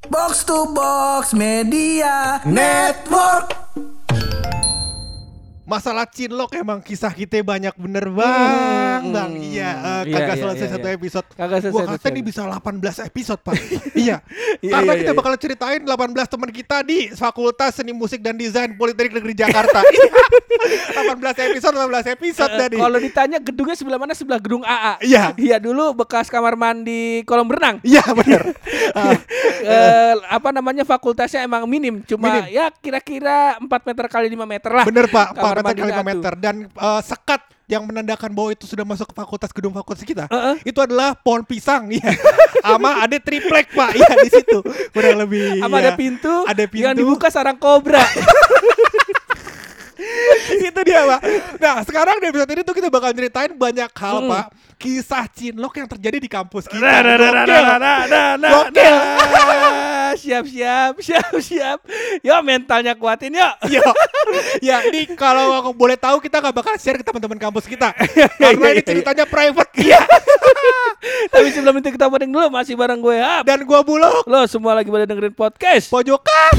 Box to Box Media Network. Masalah cinlok emang kisah kita banyak bener bang. Iya, kagak selesai satu episode. Gua kata ini bisa 18 episode pak. Iya. Karena kita bakal ceritain 18 teman kita di Fakultas Seni Musik dan Desain Politeknik Negeri Jakarta. 18 episode tadi. Kalau ditanya gedungnya sebelah mana, sebelah gedung AA. Iya. Iya, dulu bekas kamar mandi kolam renang. Iya bener. Fakultasnya emang minim, cuma ya kira-kira 4 meter kali 5 meter lah. Bener pak, 4 meter mandi kali 5 satu. meter. Dan sekat yang menandakan bahwa itu sudah masuk ke gedung fakultas kita, itu adalah pohon pisang, ya. Ama ada triplek pak, iya di situ kurang lebih. Sama ya. ada pintu yang yang dibuka sarang kobra. Itu dia pak. Nah sekarang di episode ini tuh kita bakal ceritain banyak hal pak. Kisah cinlok yang terjadi di kampus kita. Gokil. Siap. Yo mentalnya kuatin yuk. Ya ini kalau aku boleh tahu kita gak bakal share ke teman-teman kampus kita. Karena ini ceritanya private. Iya. Tapi sebelum itu kita banding dulu, masih bareng gue Hap Dan gue Bulog. Lo semua lagi pada dengerin podcast Pojokan.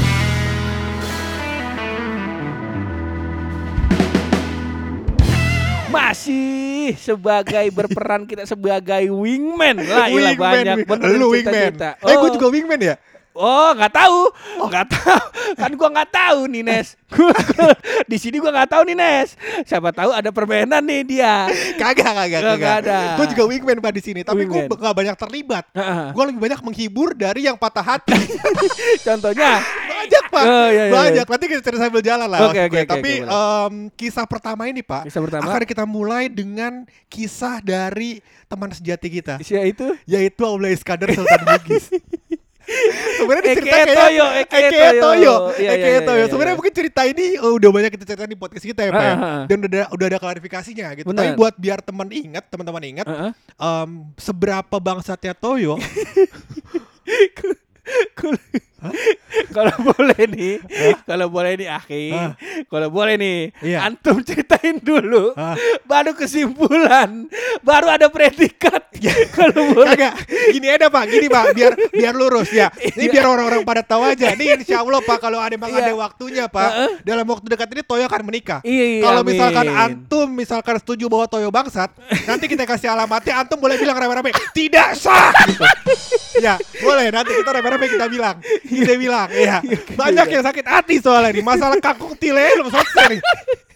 masih sebagai berperan kita sebagai wingman lah, ilah banyak bener lu cerita wingman. kita. Gue juga wingman ya. Oh nggak tahu, kan gue nggak tahu nih Nes. Di sini gue nggak tahu nih Nes. Siapa tahu ada permainan nih dia. Kagak ada. Gue juga wingman pak di sini, tapi gue Wingman. gak banyak terlibat. Gue lebih banyak menghibur dari yang patah hati. Contohnya Banyak pak, iya. banyak. Nanti kita cerita sambil jalan lah. Oke, Tapi boleh. kisah pertama ini pak, Kisah pertama. akan kita mulai dengan kisah dari teman sejati kita, yaitu Aula Iskandar Sultan Bugis. Sebenarnya diceritakan Eke Toyo. Iya. Sebenarnya mungkin cerita ini udah banyak kita cerita di podcast kita ya Pak ya. Dan udah ada klarifikasinya gitu. Bener. Tapi buat biar teman-teman ingat seberapa bangsatnya Toyo. Kalau boleh nih Akhi, kalau boleh nih, Iya. antum ceritain dulu, baru kesimpulan, baru ada predikat. Kalau boleh. Kagak, gini pak, biar lurus ya. Ini biar orang-orang pada tahu aja. Ini insya Allah pak, kalau ada waktunya pak, dalam waktu dekat ini Toyo akan menikah. Iya, Kalau amin. misalkan antum setuju bahwa Toyo bangsat, nanti kita kasih alamatnya. Antum boleh bilang rame-rame tidak sah. Ya boleh, nanti kita rame-rame kita bilang, ya. Banyak yang sakit hati soalnya nih, masalah kangkung tile belum selesai nih.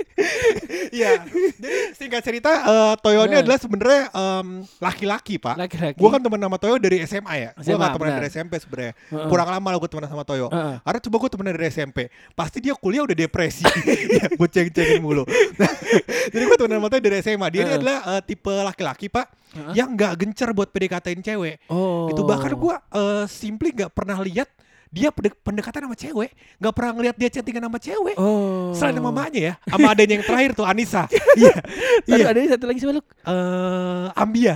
Iya, jadi singkat cerita Toyo ini adalah sebenarnya laki-laki pak. Gue kan teman sama Toyo dari SMA ya. Gue gak teman dari SMP sebenarnya. Kurang lama lah gue teman sama Toyo. Karena coba gue teman dari SMP. Pasti dia kuliah udah depresi. Gue ceng-cengin mulu. Jadi gue teman sama Toyo dari SMA. Dia ini adalah tipe laki-laki pak yang gak gencar buat PDKT-in cewek. Itu bahkan gue simply gak pernah lihat dia pendekatan sama cewek, nggak pernah ngeliat dia chattingan sama cewek. Selain sama mamanya ya, sama adanya yang terakhir tuh Anissa. Iya. Ada satu lagi sama lu. Ambia.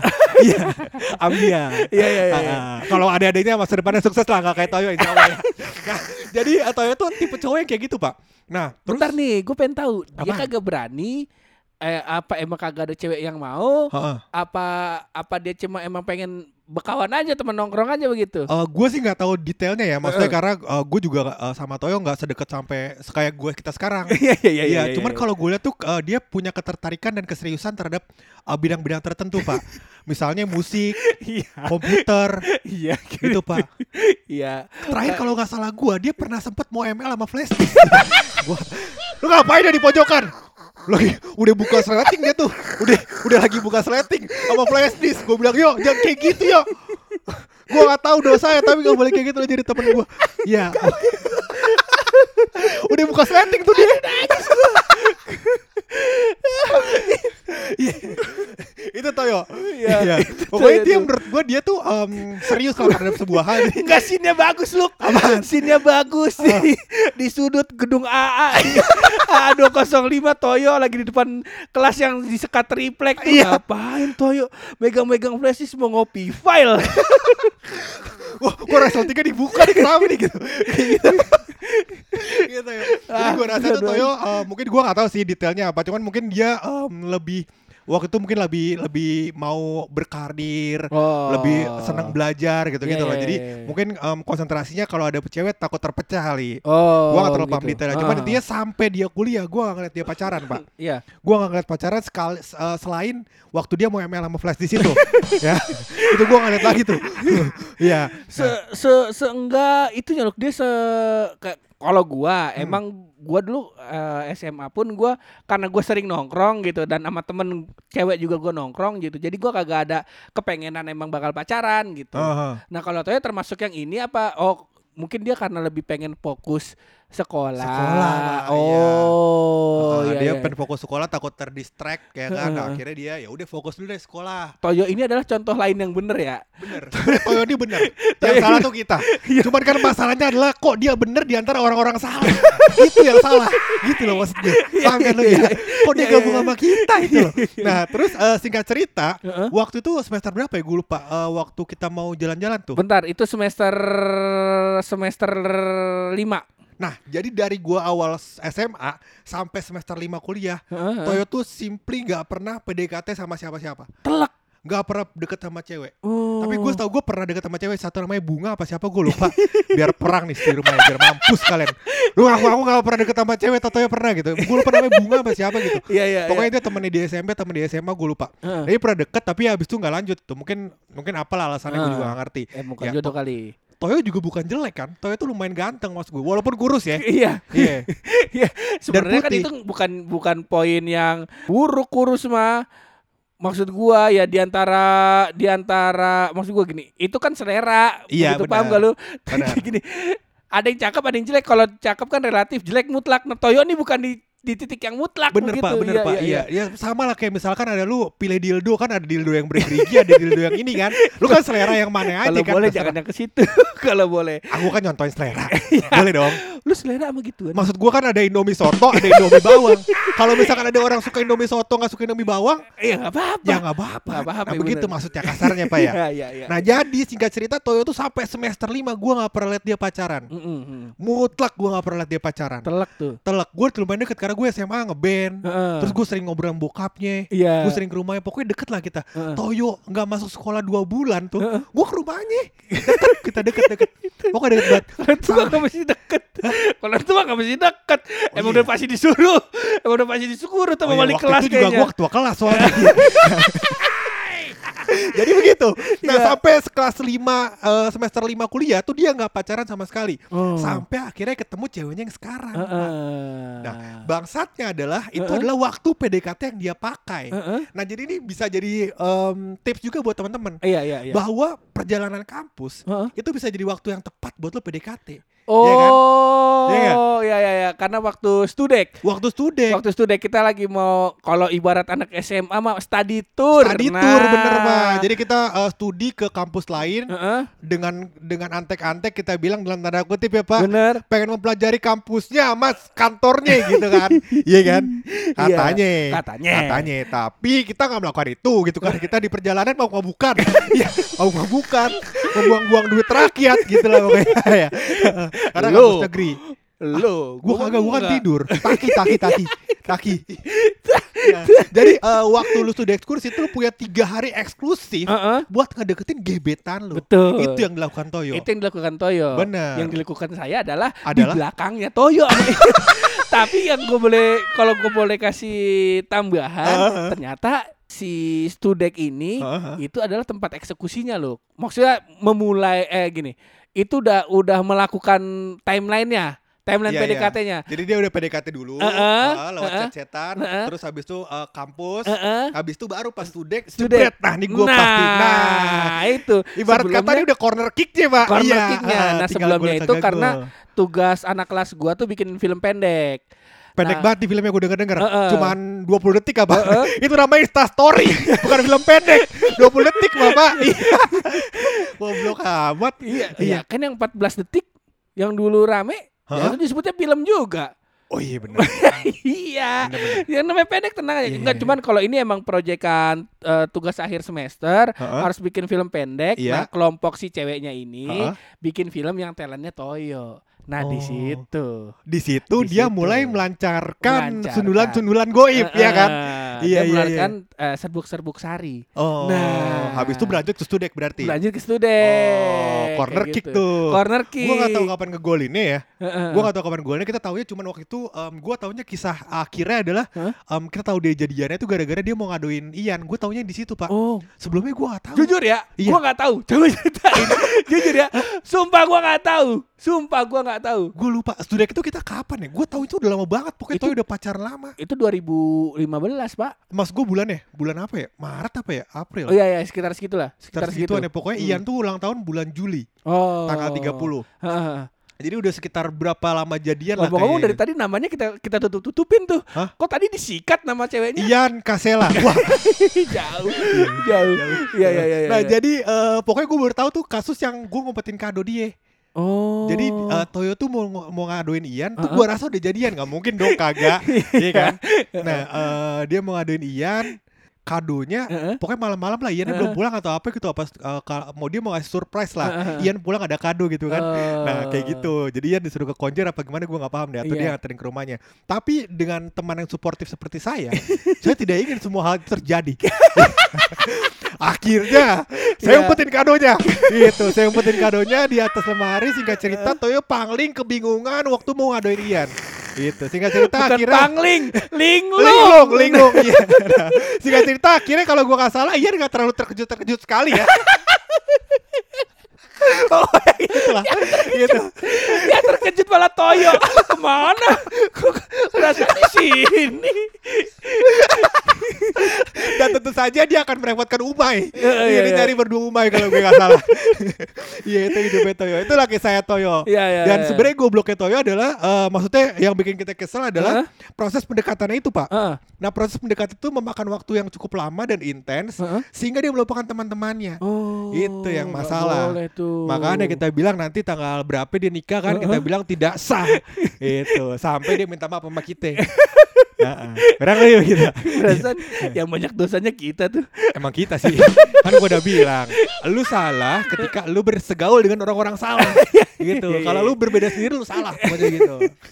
Iya. Kalau ada-adanya masa depannya sukses lah, nggak kayak Toyo insya Allah ya. Nah, jadi Toyo tuh tipe cowok yang kayak gitu pak. Nah, terus Bentar nih, gue pengen tahu dia Apaan? kagak berani. Apa emang kagak ada cewek yang mau? Apa dia cuma emang pengen bekawan aja, teman nongkrong aja begitu? Gue sih nggak tahu detailnya ya, maksudnya karena gue juga sama Toyo nggak sedekat sampai kayak gue kita sekarang. Iya. Cuman kalau gue lihat tuh dia punya ketertarikan dan keseriusan terhadap bidang-bidang tertentu pak. Misalnya musik, komputer, gitu pak. Iya. Terakhir kalau nggak salah dia pernah sempat mau ML sama flash disk. Lu ngapain dia di pojokan? Lagi udah buka sleting dia tuh, udah lagi buka sleting sama flash disk. Gue bilang yo jangan kayak gitu yo. Gue nggak tahu dosa ya, tapi gak boleh kayak gitu, lo jadi temen gue. Ya. Udah buka sleting tuh dia. Itu Toyo. Iya. Pokoknya dia menurut gue dia tuh serius lah terhadap sebuah hal. Enggak, scene-nya bagus lu. Scene-nya bagus di sudut gedung AA. A205 Toyo lagi di depan kelas yang disekat triplek tuh. Ngapain Toyo megang-megang flash disk mau ngopi file. Wah, kok resletingnya dibuka nih, kenapa nih gitu. Gitu ya. Jadi gue rasa tuh Toyo mungkin gue gak tahu sih detailnya apa, cuman mungkin dia lebih waktu itu mungkin lebih mau berkarir, Oh. lebih senang belajar gitu-gitu Iya, loh. iya, Jadi iya. mungkin konsentrasinya kalau ada cewek takut terpecah kali. Oh. Gua gak terlalu paham gitu. detailnya. Cuman intinya sampai dia kuliah gua gak ngeliat dia pacaran, Pak. Iya. Gua gak ngeliat pacaran selain waktu dia mau ML sama Flash di situ. Ya. Itu gua gak ngeliat lagi tuh. Iya. Seenggak itu nyolok dia kalau gua emang gua dulu SMA pun gua karena gua sering nongkrong gitu dan sama temen cewek juga gua nongkrong gitu. Jadi gua kagak ada kepengenan emang bakal pacaran gitu. Nah, kalau Toyo termasuk yang ini apa? Oh, mungkin dia karena lebih pengen fokus sekolah. Sekolah, Oh, iya. Dia iya. pengen fokus sekolah takut terdistract ya kan. Nah, akhirnya dia ya udah fokus dulu deh sekolah. Toyo ini adalah contoh lain yang bener ya. Bener. Toyo ini bener. Yang salah tuh kita. Cuman kan masalahnya adalah kok dia bener di antara orang-orang salah. Itu yang salah. Gitu loh maksudnya. Paham kan lo ya? Kok dia gabung sama kita itu loh. Nah, terus singkat cerita, waktu itu semester berapa ya? Gue lupa. Waktu kita mau jalan-jalan tuh. Bentar, itu semester 5. Nah, jadi dari gua awal SMA sampai semester 5 kuliah, Toyo tuh simply gak pernah PDKT sama siapa-siapa. Telak. Gak pernah deket sama cewek. Oh. Tapi gue tau gue pernah deket sama cewek, satu namanya Bunga apa siapa gue lupa. Biar perang nih di rumahnya, biar mampus kalian. Lu aku gak pernah deket sama cewek, Toyo pernah gitu. Gue lupa namanya Bunga apa siapa gitu. Iya. Pokoknya itu temennya di SMP, temen di SMA gue lupa. Dia pernah deket tapi habis itu gak lanjut tuh. Mungkin apalah alasannya gue juga gak ngerti. Bukan Ya, jodoh kali. Toyo juga bukan jelek kan. Toyo tuh lumayan ganteng maksud gue. Walaupun kurus ya. Iya. Iya. Iya. Sebenarnya kan putih. itu bukan poin yang buruk kurus mah. Maksud gua ya di antara maksud gua gini, itu kan selera. Iya, begitu, benar. paham gak lu? Benar. Gini. Ada yang cakep, ada yang jelek. Kalau cakep kan relatif, jelek mutlak. Nah, Toyo nih bukan di titik yang mutlak Bener begitu. Pak, bener Pak. Iya. Ya sama lah kayak misalkan ada lu pilih dildo kan, ada dildo yang bergerigi, ada dildo yang ini kan. Lu kan selera yang mana aja Kalau kan. boleh terserah. jangan yang ke situ. Kalau boleh. Aku kan nyontoin selera. Boleh dong. Lu selera sama gituan. Maksud gua kan ada Indomie soto, ada Indomie bawang. Kalau misalkan ada orang suka Indomie soto, nggak suka Indomie bawang, Iya enggak apa-apa. ya nggak apa-apa. Nggak apa-apa, Nah, begitu bener. maksudnya kasarnya Pak ya. Iya. Nah, jadi singkat cerita Toyo tuh sampai semester 5 gua nggak pernah lihat dia pacaran. Mutlak gua nggak pernah lihat dia pacaran. Telak tuh. Telak, gue lumayan deket karena gue SMA ngeband. Terus gue sering ngobrol sama bokapnya. Iya. Gue sering ke rumahnya, pokoknya deket lah kita. Toyo nggak masuk sekolah 2 bulan tuh, gue ke rumahnya. Kita deket. Pokoknya deket banget. Kalau tua gak mesti deket. Kalau tua gak mesti deket. Emang udah pasti disuruh. Emang udah pasti disuruh sama wali waktu kelas itu juga kayaknya. gue ketua kelas soalnya. Jadi begitu. Nah, Iya. sampai kelas 5 semester 5 kuliah tuh dia nggak pacaran sama sekali. Sampai akhirnya ketemu ceweknya yang sekarang. Nah, bangsatnya adalah itu adalah waktu PDKT yang dia pakai. Nah, jadi ini bisa jadi tips juga buat teman-teman. Iya. Bahwa perjalanan kampus itu bisa jadi waktu yang tepat buat lo PDKT. Oh, Iya kan? iya. Karena waktu studek. Waktu student. Waktu studek kita lagi mau, kalau ibarat anak SMA mah study tour. Study tour bener Pak. Jadi kita studi ke kampus lain dengan antek-antek kita bilang dalam tanda kutip ya Pak. Bener. Pengen mempelajari kampusnya mas kantornya gitu kan. Iya kan? Katanya. Tapi kita nggak melakukan itu gitu kan. Kita di perjalanan mau ngabukan. Iya, mau ngabukan. Membuang-buang duit rakyat gitu lah pokoknya ya. Karena kampus negeri. Gua Gua kan tidur. Taki. Nah, jadi waktu lu studi ekskursi itu lu punya 3 hari eksklusif buat ngedeketin gebetan lu. Betul. Itu yang dilakukan Toyo. Itu yang dilakukan Toyo. Bener. Yang dilakukan saya adalah di belakangnya Toyo. Tapi yang kalau gue boleh kasih tambahan, ternyata si Studek ini itu adalah tempat eksekusinya loh. Maksudnya memulai gini. Itu udah melakukan timeline-nya. Timeline PDKT-nya. Jadi dia udah PDKT dulu, lewat chat-chatan, terus habis itu kampus, habis itu baru pas studek. Nah, ini gue pasti. Nah, itu. Ibarat kata dia udah corner kick-nya, Pak. Corner kick-nya. Nah, sebelumnya itu karena tugas anak kelas gue tuh bikin film pendek. Pendek banget di filmnya gue denger. Cuman 20 detik apa? Itu namanya Instastory, bukan film pendek. 20 detik, Bapak. Goblok amat. Iya, kan yang 14 detik yang dulu rame, ya itu disebutnya film juga. Oh iya benar. Iya. Yang namanya pendek tenang aja. Enggak cuman kalau ini emang proyekan tugas akhir semester harus bikin film pendek. Nah, kelompok si ceweknya ini bikin film yang talentnya Toyo. Nah, di situ dia mulai melancarkan sundulan-sundulan goib ya kan. Dia melancarkan serbuk sari. Oh, Nah, habis itu berlanjut ke Studek berarti. Lanjut ke Studek. Oh, corner kayak kick gitu. tuh. Corner kick. Gue gak tahu kapan ngegolinnya ya. Heeh. Gue gak tahu kapan golnya. Kita taunya cuman waktu itu gue taunya kisah akhirnya adalah kita tahu dia jadiannya tuh gara-gara dia mau ngaduin Ian. Gue taunya di situ, Pak. Oh, Sebelumnya gue gak tahu. jujur ya, Iya. gua nggak tahu. Coba ceritain. Jujur ya, sumpah gua nggak tahu. Gue lupa. Studek itu kita kapan ya? Gue tahu itu udah lama banget. Pokoknya Itu- Toyo udah pacaran lama. Itu 2015, Pak. Mas gue bulan ya? Bulan apa ya? Maret apa ya? April. Oh iya, sekitar segitulah. Sekitar segituan ya. Pokoknya Ian tuh ulang tahun bulan Juli. Oh. Tanggal 30. Heeh. Jadi udah sekitar berapa lama jadian lah Ngomong-ngomong dari kayaknya. tadi namanya kita tutupin tuh. Hah? Kok tadi disikat nama ceweknya? Ian Kasela. Wah. jauh. Iya. Nah jadi pokoknya gue baru tahu tuh kasus yang gue ngumpetin kado dia. Oh. Jadi Toyo tuh mau ngaduin Ian tuh gue rasa udah jadian. Gak mungkin dong kagak. Iya kan. Nah dia mau ngaduin Ian. Kadonya pokoknya malam-malam lah Ian belum pulang atau apa gitu, apa mau dia mau ngasih surprise lah. Ian pulang ada kado gitu kan. Nah kayak gitu. Jadi Ian disuruh ke konjer apa gimana gue gak paham deh. Atau dia nganterin ke rumahnya. Tapi dengan teman yang suportif seperti saya tidak ingin semua hal itu terjadi. Akhirnya saya umpetin kadonya. Gitu, saya umpetin kadonya di atas lemari. Singkat cerita Toyo pangling kebingungan waktu mau ngadoin Ian. Gitu, singkat cerita Bukan akhirnya pangling, linglung. Iya. Nah, singkat cerita akhirnya kalau gua nggak salah Ian nggak terlalu terkejut sekali ya. Oh, gitulah. Gitu. Ya terkejut malah Toyo. Kemana? Kok rasanya di sini? Dan tentu saja dia akan merepotkan Umay. Iya. Dia nyari berdua Umay kalau gue nggak salah. Iya itu hidupnya Toyo. Itulah kisah saya Toyo. Iya. Dan sebenarnya gobloknya Toyo adalah maksudnya yang bikin kita kesel adalah proses pendekatannya itu, Pak. Nah proses pendekatan itu memakan waktu yang cukup lama dan intens sehingga dia melupakan teman-temannya. Oh, Itu yang masalah. boleh tuh. Makanya kita bilang nanti tanggal berapa dia nikah kan, kita bilang tidak sah. Itu sampai dia minta maaf sama kita. Kurang lebih gitu. Perasaan yang banyak dosanya kita tuh. Emang kita sih. Kan gua udah bilang, lu salah ketika lu bersegaul dengan orang-orang salah. Gitu. Kalau lu berbeda sendiri lu salah, macam gitu.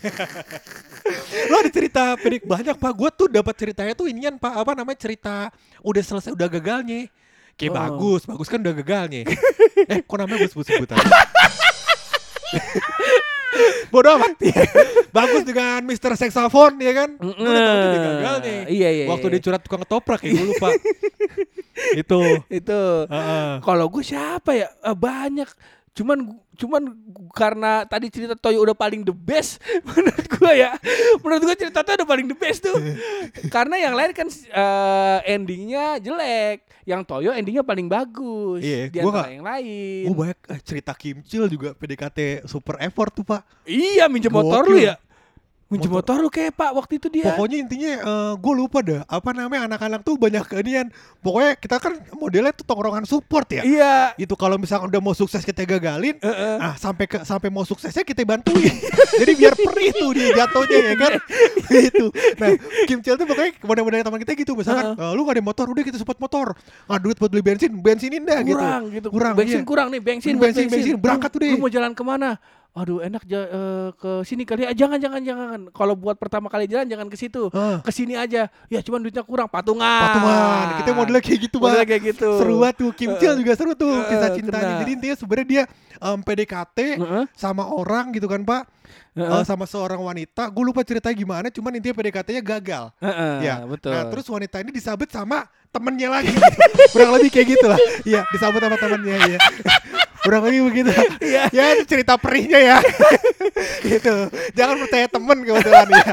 Lu ada cerita pedik banyak, Pak. Gua tuh dapat ceritanya tuh inian, Pak. Apa namanya, cerita udah selesai, udah gagalnya. Kayak bagus kan udah gagalnya. Kok namanya gue sebut-sebutan? Bodoh amat. Bagus dengan Mr. Saxophone ya kan. Gue udah tahu dia gagal nih. Iya. Waktu dia curhat tukang ketoprak ya, gue lupa. Itu. Kalau gue siapa ya? Banyak. Cuman karena tadi cerita Toyo udah paling the best menurut gue cerita Toyo udah paling the best tuh. Karena yang lain kan endingnya jelek, yang Toyo endingnya paling bagus. Iya, di antara yang lain. Gue banyak cerita Kimcil juga PDKT super effort tuh, Pak. Iya, minjem motor lu ya. Minjem motor lu kayak Pak waktu itu dia. Pokoknya intinya gue lupa dah apa namanya, anak-anak tuh banyak keanian. Pokoknya kita kan modelnya tuh tongkrongan support ya. Iya. Itu kalau misalkan udah mau sukses kita gagalin, sampai mau suksesnya kita bantuin. Jadi biar perih tuh dia jatuhnya ya kan. Itu. Nah, Kim Chil tuh pokoknya model-model teman kita gitu. Misalkan lu gak ada motor, udah kita support motor. Nggak duit buat beli bensinin dah gitu. Kurang. Bensin iya. kurang nih, bensin. Berangkat tuh deh. Lu mau jalan kemana? Aduh enak ke sini kali. Jangan. Kalau buat pertama kali jalan jangan ke situ. Ke sini aja. Ya cuman duitnya kurang, patungan. Kita modelnya kayak gitu, Bang. Kayak gitu. Seru banget tuh. Kim Chil juga seru tuh kisah cintanya. Jadi intinya sebenarnya dia PDKT sama orang gitu kan, Pak. Sama seorang wanita. Gue lupa ceritanya gimana, cuman intinya PDKT-nya gagal. Ya, betul. Nah, terus wanita ini disabet sama temennya lagi. Kurang lebih kayak gitulah. Iya, disabet sama temennya ya. Kurang lebih begitu. Ya itu cerita perihnya ya. Gitu. Jangan percaya temen kebetulan ya.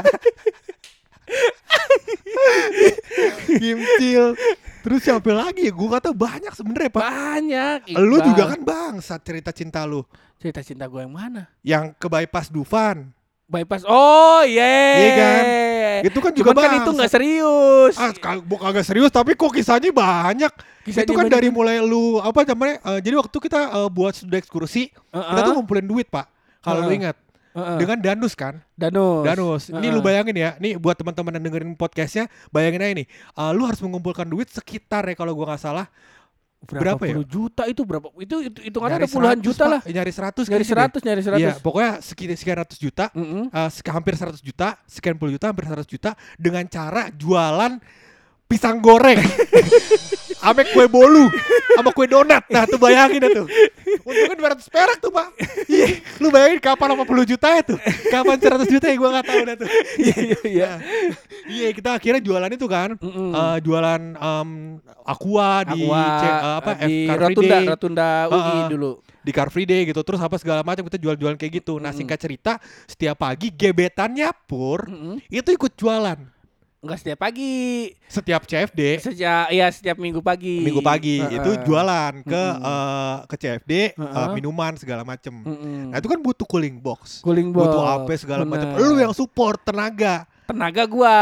Kimcil. Terus siapa lagi ya? Gue kata banyak sebenarnya, Pak. Banyak. Lu juga kan bangsat cerita cinta lu. Cerita cinta gue yang mana? Yang ke bypass Dufan. Bypass. Oh Iya kan? Itu kan juga kan itu gak serius. Kagak serius, tapi kok kisahnya banyak. Itu kan dari mulai lu apa namanya? Jadi waktu kita buat studi ekskursi, kita tuh ngumpulin duit, Pak. Kalau lu ingat. Dengan Danus kan? Danus. Ini lu bayangin ya. Nih buat teman-teman yang dengerin podcastnya, bayangin aja nih. Lu harus mengumpulkan duit sekitar ya kalau gua nggak salah. Berapa ya? 10 juta itu berapa? Itu hitungannya ada puluhan juta lah. Nyari 100. Nyari 100. Iya, pokoknya sekian ratus juta, hampir 100 juta, sekian puluh juta, hampir 100 juta dengan cara jualan pisang goreng. Ame kue bolu sama kue donat. Nah tuh bayangin tuh. Untungnya 200 perak tuh Pak. Iya, lu bayangin kapan 80 juta ya tuh. Kapan 100 juta ya gue gak tahu dah tuh. Iya. Iya, kita akhirnya jualan itu kan. Jualan Aqua di Car Free Day. Rotunda UI dulu. Di Car Free Day gitu. Terus apa segala macam kita jual-jualan kayak gitu. Nah singkat cerita, setiap pagi gebetannya Pur itu ikut jualan. Enggak setiap pagi. Setiap CFD. Setiap minggu pagi. Minggu pagi itu jualan ke CFD minuman segala macem. Nah itu kan butuh cooling box. Butuh apa segala macam. Lu yang support tenaga gua.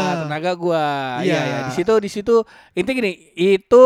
Iya. Di situ intinya gini, itu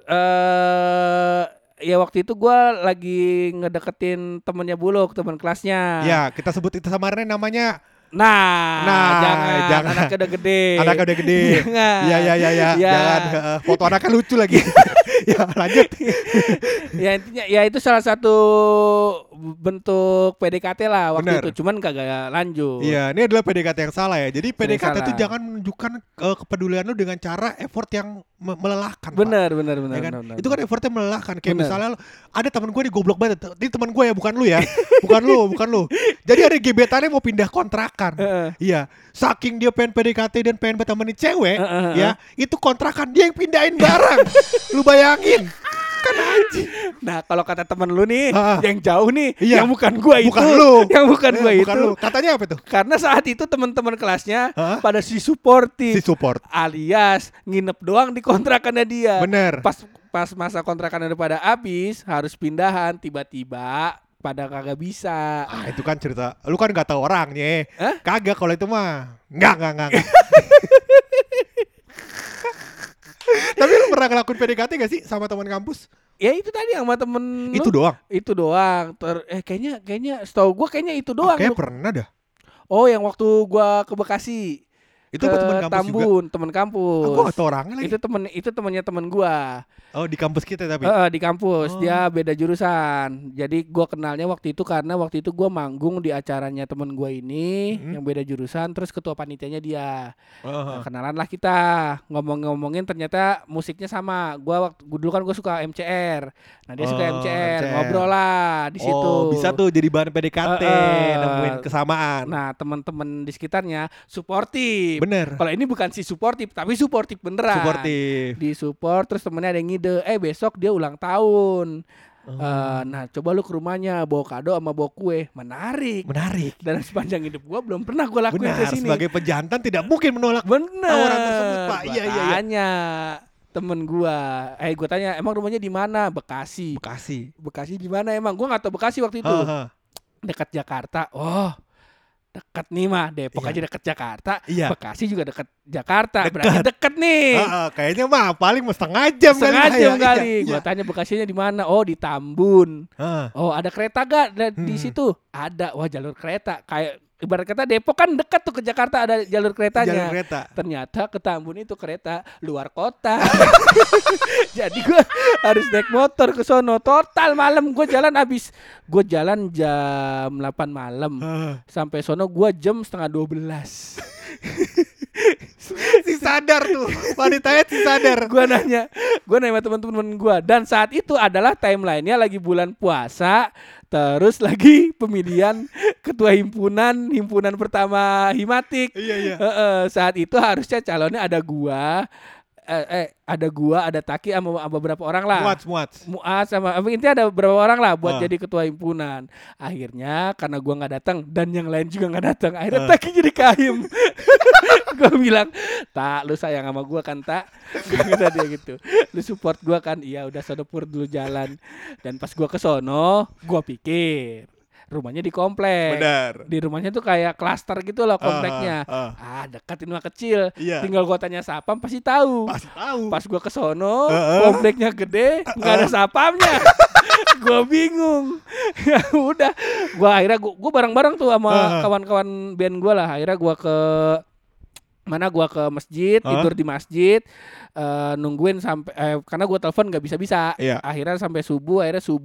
ya waktu itu gua lagi ngedeketin temennya Buluk, teman kelasnya. Ya, kita sebut itu samarannya namanya. Nah, jangan. Anaknya udah gede. Iya. Jangan. Foto anaknya lucu lagi. Ya, lanjut. Ya intinya ya itu salah satu bentuk PDKT lah waktu itu. Cuman kagak lanjut. Iya, ini adalah PDKT yang salah ya. Jadi PDKT itu jangan menunjukkan kepedulian lu dengan cara effort yang melelahkan. Benar. Ya kan? Itu kan effortnya melelahkan. Kayak misalnya ada teman gue di goblok banget. Ini teman gue ya, bukan lu ya. bukan lu. Jadi ada gebetannya mau pindah kontrakan. Iya. Saking dia pengen PDKT dan pengen berteman cewek, ya, itu kontrakan dia yang pindahin barang. Lu bayangin. Kan anjing. Nah, kalau kata temen lu nih, yang jauh nih, yang bukan gua itu. Yang bukan gua itu. Lu. Katanya apa tuh? Karena saat itu teman-teman kelasnya pada support. Alias nginep doang di kontrakannya dia. Bener. Pas masa kontrakannya udah pada habis, harus pindahan, tiba-tiba pada kagak bisa. Itu kan cerita. Lu kan enggak tahu orangnya. Kagak kalau itu mah. Enggak. Tapi lu pernah ngelakuin PDKT gak sih sama teman kampus? Ya itu tadi sama temen Itu lu. doang? Itu doang. Kayaknya setahu gue kayaknya itu doang. Kayak pernah dah. Oh, yang waktu gua ke Bekasi. Itu ke teman kampus Tambun, juga? Teman kampus. Aku gak tau orangnya lagi. Itu temennya temen gua. Oh, di kampus kita tapi? Di kampus, dia beda jurusan. Jadi gua kenalnya waktu itu karena waktu itu gua manggung di acaranya temen gua ini yang beda jurusan, terus ketua panitianya dia. Nah, kenalan lah kita, ngomongin ternyata musiknya sama. Dulu kan gua suka MCR. Nah, dia suka MCR. Ngobrol lah di situ. Oh, bisa tuh jadi bahan PDKT, nemuin kesamaan. Nah, teman-teman di sekitarnya suportif. Bener. Kalau ini bukan si suportif, tapi suportif beneran. Suportif. Di support, terus temennya ada yang ngide, besok dia ulang tahun. Nah, coba lu ke rumahnya bawa kado sama bawa kue. Menarik. Dan sepanjang hidup gua belum pernah gua lakuin ke sini. Sebagai pejantan tidak mungkin menolak tawaran tersebut, Pak. Iya. Tanya temen gua, gua tanya, emang rumahnya di mana? Bekasi di mana emang? Gua nggak tahu Bekasi waktu itu. Dekat Jakarta. Oh, dekat nih mah, Depok aja dekat Jakarta, Bekasi juga dekat Jakarta, berarti dekat nih. Kayaknya mah paling setengah jam kali. Gua tanya Bekasinya di mana? Oh, di Tambun. Oh, ada kereta gak di situ? Ada. Wah, jalur kereta. Kayak ibarat kata Depok kan dekat tuh ke Jakarta, ada jalur keretanya. Ternyata ke Tambun itu kereta luar kota. Jadi gue harus naik motor ke sono. Total malam gue jalan jam 8 malam. Sampai sono gue jam setengah 12. Si sadar tuh, wanitanya si sadar. Gue nanya sama teman-teman gue, dan saat itu adalah timelinenya lagi bulan puasa, terus lagi pemilihan ketua himpunan pertama Himatik. Iya. Saat itu harusnya calonnya ada ada Taki sama beberapa orang lah. Muat sama intinya ada beberapa orang lah buat jadi ketua himpunan. Akhirnya karena gua nggak datang dan yang lain juga nggak datang, akhirnya Taki jadi kahim. Gua bilang, "Tak, lu sayang sama gua kan, Tak?" Kata dia gitu. "Lu support gua kan?" "Iya, udah sono Pur dulu jalan." Dan pas gua ke sono, gua pikir rumahnya di komplek. Benar. Di rumahnya tuh kayak klaster gitu loh kompleknya. Dekat ini mah kecil. Tinggal gua tanya sapam pasti tahu. Pas gua ke sono, kompleknya gede, enggak ada sapamnya. Gua bingung. Ya udah, gua akhirnya gua bareng-bareng tuh sama kawan-kawan band gua lah. Akhirnya gua ke Mana gua ke masjid, tidur di masjid, nungguin sampai karena gua telepon nggak bisa. Iya. Akhirnya sampai subuh,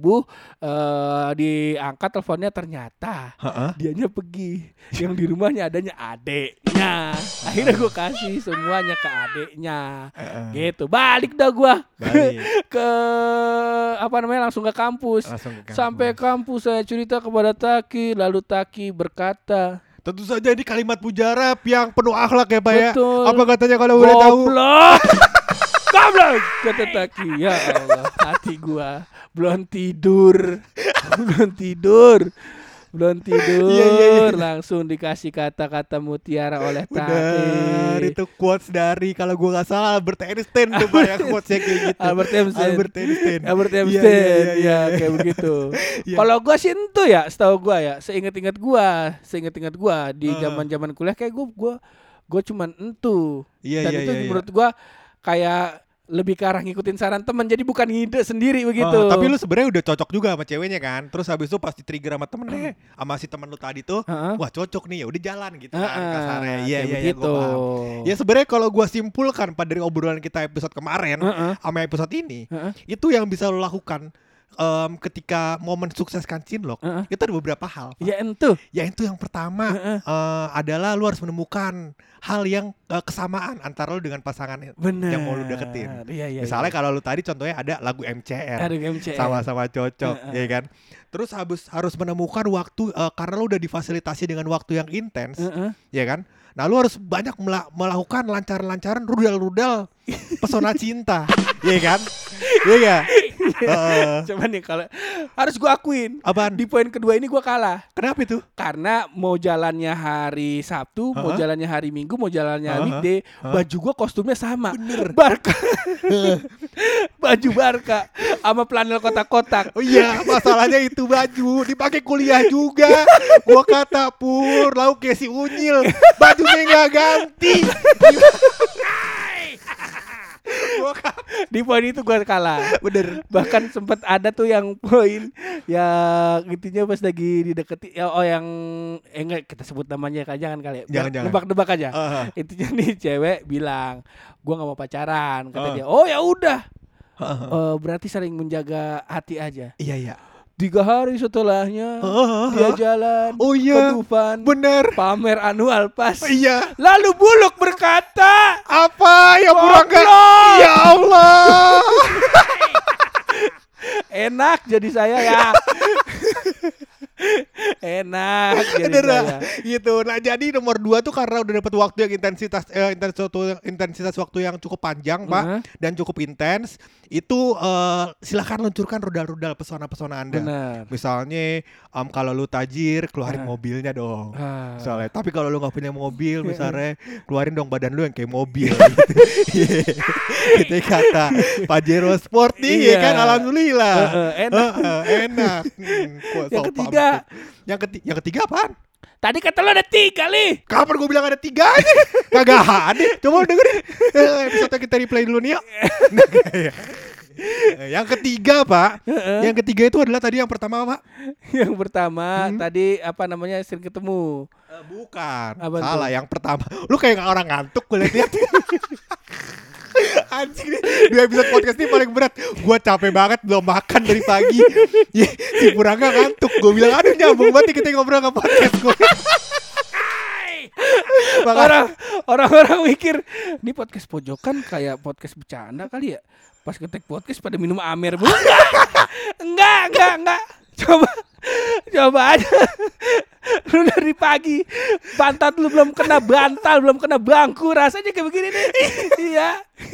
diangkat teleponnya, ternyata dianya pergi. Yang di rumahnya adanya adeknya. Akhirnya gua kasih semuanya ke adeknya. Gitu. Balik dah gua. Ke langsung ke kampus. Sampai kampus saya cerita kepada Taki, lalu Taki berkata, tentu saja ini kalimat mujarab yang penuh akhlak ya Pak ya. betul. Apa katanya kalau boleh tahu? Goblok. Goblok, kata Taki. Ya Allah, hati gua belum tidur. Iya. Langsung dikasih kata-kata mutiara oleh Taki. Benar, itu quotes dari kalau gua nggak salah Albert Einstein tuh Pak yang quotesnya kayak gitu. Albert Einstein. Iya. Ya kayak begitu. Iya. Kalau gua sih itu ya, setahu gua ya, seingat-ingat gua di zaman-zaman kuliah kayak gua cuman itu. Iya, Dan itu menurut gua kayak lebih ke arah ngikutin saran teman, jadi bukan ngide sendiri begitu. Tapi lu sebenarnya udah cocok juga sama ceweknya kan. Terus habis itu pasti trigger sama temen sama si temen lu tadi tuh, wah cocok nih, ya udah jalan gitu kan kasarnya. Iya, begitu. gua paham. Ya sebenarnya kalau gua simpulkan pada dari obrolan kita episode kemarin sama episode ini, itu yang bisa lu lakukan ketika momen sukseskan cinlok, itu ada beberapa hal. Pak. Ya itu. Yang pertama adalah lu harus menemukan hal yang kesamaan antara lu dengan pasangan yang mau lu deketin. Iya, Misalnya kalau lu tadi contohnya ada lagu MCR. Sama-sama cocok, ya kan? Terus harus menemukan waktu karena lu udah difasilitasi dengan waktu yang intens, ya kan? Nah, lu harus banyak melakukan lancaran-lancaran rudal-rudal pesona cinta, ya kan? Iya. Cuman nih kalau harus gua akuin, apaan? Di poin kedua ini gua kalah. Kenapa itu? Karena mau jalannya hari Sabtu, mau jalannya hari Minggu, mau jalannya weekday, baju gua kostumnya sama. Bener. Barca. Baju Barca sama flanel kotak-kotak. Oh iya, masalahnya itu baju dipakai kuliah juga. Gua kata Pur, lalu kayak si Unyil, bajunya nggak ganti. Di poin itu gue kalah. Bener. Bahkan sempat ada tuh yang poin yang intinya pas lagi dideketi yang enggak kita sebut namanya kan, jangan kali ya. Jangan. Nebak-nebak aja. Intinya nih cewek bilang, "Gua enggak mau pacaran." Kata dia, "Oh ya udah." Berarti saling menjaga hati aja. Iya. 3 hari setelahnya dia jalan ke Dufan, bener, pamer anual pas. Iya. Lalu Buluk berkata, apa ya Purangga? Ya Allah. Enak jadi saya ya. Enak jadi saya. Gitu. Nah, jadi nomor 2 tuh karena udah dapat waktu yang intensitas waktu yang cukup panjang, Pak, dan cukup intens, itu silakan luncurkan rudal-rudal pesona-pesona Anda. Bener. Misalnya kalau lu tajir, keluarin mobilnya dong. Soalnya, tapi kalau lu enggak punya mobil, misalnya keluarin dong badan lu yang kayak mobil gitu. Gitu kata Pajero Sport nih, ya kan, alhamdulillah. Enak. Yang ketiga apaan? Tadi kata lo ada 3 Li. Kapan gue bilang ada 3 aja? Kagak ada. Coba lu dengerin episode kita replay dulu nih yuk. Yang ketiga Pak, yang ketiga itu adalah tadi yang pertama Pak. Yang pertama tadi sering ketemu. Bukan, apa salah tuh? Yang pertama. Lu kayak orang ngantuk gue liat. Anjing nih, 2 episode podcast ini paling berat. Gue capek banget, belum makan dari pagi. Si Purangga ngantuk. Gue bilang aduh nyambung banget kita ngobrol ke podcast gue. Orang-orang mikir ini podcast pojokan kayak podcast bercanda kali ya. Pas ketek podcast pada minum Amer. Enggak. Coba aja. Lu dari pagi pantat lu belum kena bantal, belum kena bangku, rasanya kayak begini nih. Iya.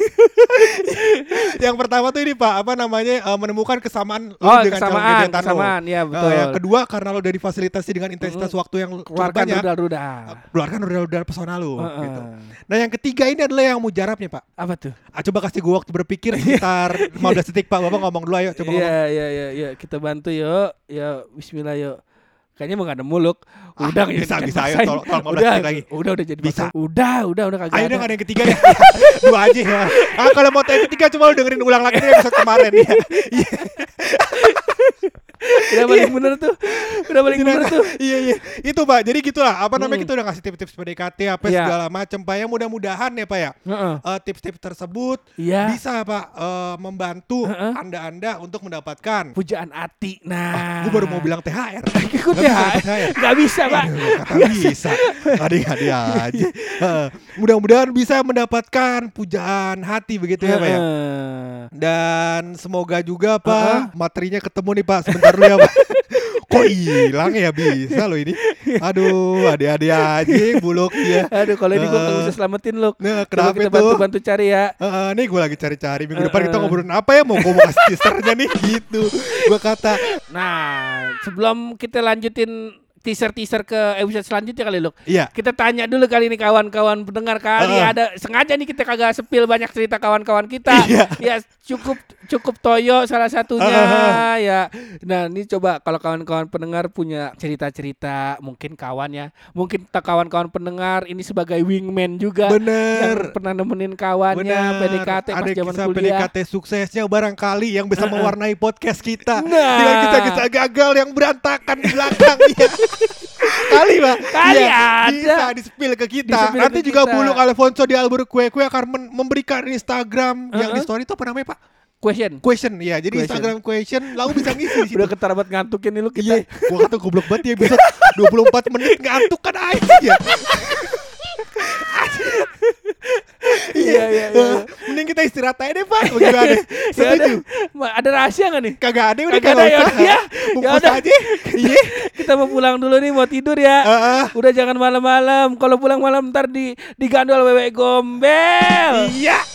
Yang pertama tuh ini Pak, menemukan kesamaan lu dengan calon gebetan lu. Kesamaan, ya betul. Yang kedua karena lu udah difasilitasi dengan intensitas waktu yang keluarkan banyak. Keluarkan rudal pesona lu gitu. Nah, yang ketiga ini adalah yang mujarabnya Pak. Apa tuh? Coba kasih gue waktu berpikir sekitar 15 detik Pak. Bapak ngomong dulu ayo, coba ngomong. Iya, kita bantu yuk. Ya bismillah yuk. Kayaknya mau gak ada muluk. Udah bisa ayo tolong 15 detik lagi. Udah jadi bisa. Udah kagak. Ayo udah ada yang ketiga ya. 2 aja ya. Kalau mau yang ketiga coba lu dengerin ulang lagi episode kemarin ya. Udah paling bener tuh. Udah paling bener tuh. Iya. Itu Pak. Jadi gitulah. Apa namanya kita udah ngasih tips-tips PDKT apa segala macam Pak. Ya mudah-mudahan ya Pak ya. Tips-tips tersebut bisa Pak membantu Anda untuk mendapatkan pujaan hati. Nah, gue baru mau bilang THR. Ikut THR. Gak bisa Pak. Kata bisa. Adik-adik aja. Mudah-mudahan bisa mendapatkan pujaan hati begitu ya Pak ya. Dan semoga juga Pak materinya ketemu nih Pak. Sebentar dulu ya Pak. Kok hilang ya bisa loh ini. Aduh, adik-adik aja buluk ya. Aduh, kalau ini gue gak bisa selamatin lo. Nah, kenapa kita itu? bantu cari ya. Nih gue lagi cari-cari. Minggu depan kita ngobrolin apa ya? Mau kasih teasernya nih gitu. Gue kata. Nah, sebelum kita lanjutin teaser ke episode selanjutnya kali Luk. Iya. Kita tanya dulu kali ini kawan-kawan pendengar kali ada sengaja nih kita kagak sepil banyak cerita kawan-kawan kita. Ya cukup Toyo salah satunya ya. Nah, ini coba kalau kawan-kawan pendengar punya cerita-cerita mungkin kawan ya. Mungkin kawan-kawan pendengar ini sebagai wingman juga. Bener. Yang pernah nemenin kawannya PDKT pas zaman kuliah. PDKT suksesnya barangkali yang bisa mewarnai podcast kita. Dengan kita gagal yang berantakan di belakangnya. Kali Pak. Ada. Bisa di-spill ke kita. Nanti juga Buluk Alfonso di Albur Kue akan memberikan Instagram yang di story itu apa namanya Pak? Question ya. Jadi Instagram question lalu bisa ngisi di situ. Udah ketara banget ngantukin nih lu kita. Gua kata goblok banget ya bisa 24 menit ngantuk kan aja. Iya. Mending kita istirahat aja deh Pak. Bagaimana? Setuju? Ada rahasia gak nih? Kagak ada, udah kagak ada ya. Bungkus aja. Iya. Kita mau pulang dulu nih, mau tidur ya. Udah jangan malam-malam. Kalau pulang malam ntar digandol wewe gombel. Iya.